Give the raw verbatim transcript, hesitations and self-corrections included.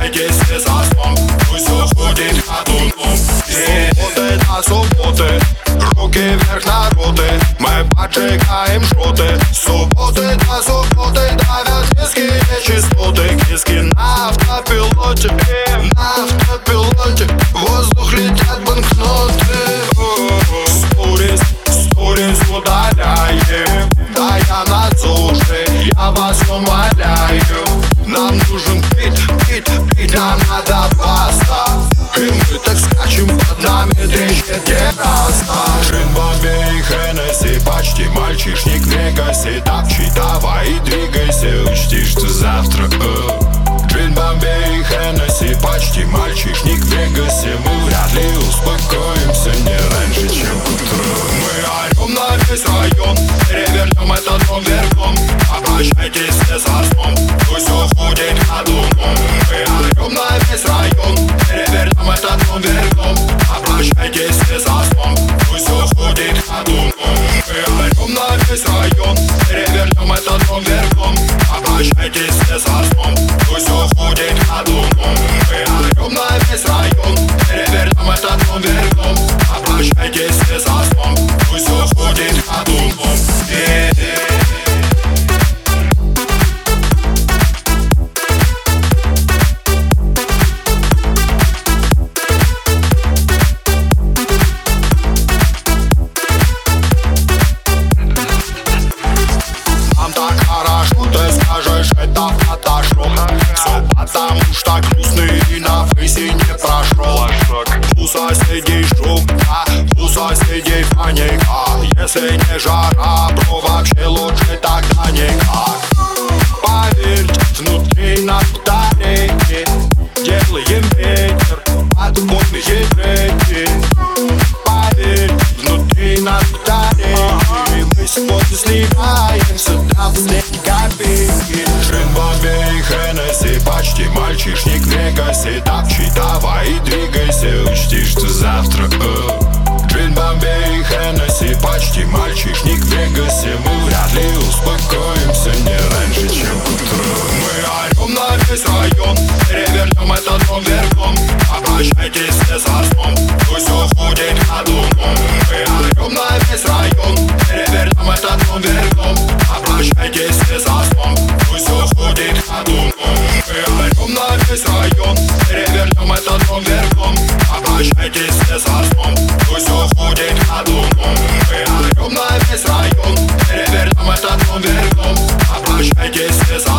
Обращайтесь все за сном, пусть уходит ходуном. Субботы до субботы, руки вверх, народы, мы поджигаем шоты. Субботы до субботы давят низкие частоты. Киски на автопилоте, на автопилоте, в воздух летят банкноты. Сторис, сторис удаляем, да я на суше, я вас умоляю. Нам нужен бит, бит, бит, нам надо паста. И мы так скачем, под нами трещит терраса. Джин, Бомбей, Хеннесси, почти мальчишник в Вегасе. Тапчи, давай и двигайся, учти, что завтра э. Джин, Бомбей, Хеннесси, почти мальчишник в Вегасе. Мы вряд ли успокоимся не раньше, чем к утру. Мы орем на весь район, перевернем этот дом верхом. Обращайтесь все за сном, пусть уходит ходуном. Мы орем на весь район, перевернем этот дом верхом. Обращайтесь все за сном, пусть уходит ходуном. Мы орем на весь район, перевернем этот дом верхом. Обращайтесь все за сном, пусть уходит ходуном. Мы орем на весь район, перевернем этот дом верхом. Обращайтесь все за сном, пусть уходит ходуном. Это фотошоп, все потому что грустный и на фейсе не прошел. У соседей шум, а у соседей паника. Если не жара, бро, вообще лучше тогда никак. Поверьте, внутри на батарейке делаем ветер, подводные треки. Поверьте, внутри на батарейке мы сегодня сливаемся до последней копейки. Джин, Бомбей, Хеннесси, почти мальчишник в Вегасе. Тапчи, давай и двигайся, учти, что завтра э. Джин, Бомбей, Хеннесси, почти мальчишник в Вегасе. Мы вряд ли успокоимся не раньше, чем к утру. Мы орем на весь район, перевернем этот дом верхом. Обращайтесь все за сном, пусть уходит ходуном. Мы орем на весь район, перевернем этот дом верхом. Обращайтесь все за сном, пусть уходит ходуном. Мы орем на весь район, перевернем этот дом верхом. Обращайтесь все за сном, пусть уходит ходуном. Мы орем на весь район, перевернем этот дом верхом. Обращайтесь все за